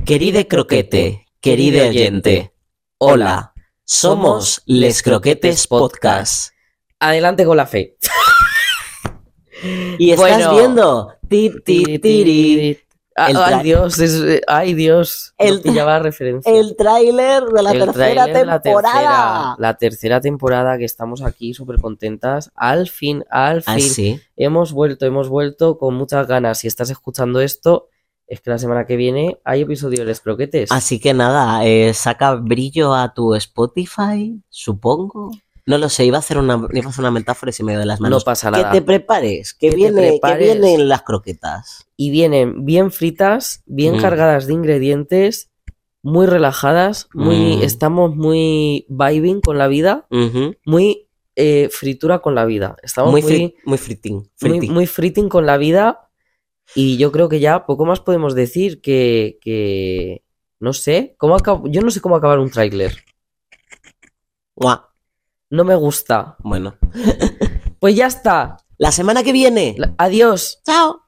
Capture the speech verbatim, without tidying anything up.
Queride croquete, queride oyente, hola, somos Les Croquetes Podcast. Adelante con la fe. Y estás Bueno. viendo... Ti, ti, tiri, Ah, El ay, tra- Dios, es- ay, Dios. El- No pillaba la referencia. el tráiler de la El tercera tráiler de la temporada. tercera, la tercera temporada, que estamos aquí súper contentas. Al fin, al Ah, fin. sí. Hemos vuelto, hemos vuelto con muchas ganas. Si estás escuchando esto, es que la semana que viene hay episodio de Les Croquetes. Así que nada, eh, saca brillo a tu Spotify, supongo. No lo sé, iba a hacer una, iba a hacer una metáfora y se me dio de las manos. No pasa Que nada. te prepares, que, Que te viene, prepares. que vienen las croquetas. Y vienen bien fritas, bien Mm. cargadas de ingredientes, muy relajadas, muy, Mm. estamos muy vibing con la vida, Ujú. muy eh, fritura con la vida. Estamos Muy, muy, fri- muy friting. muy, friting. muy friting con la vida. Y yo creo que ya poco más podemos decir que, que no sé, cómo acab- yo no sé cómo acabar un tráiler. Guau. No me gusta. Bueno, Pues ya está. la semana que viene. La- Adiós. Chao.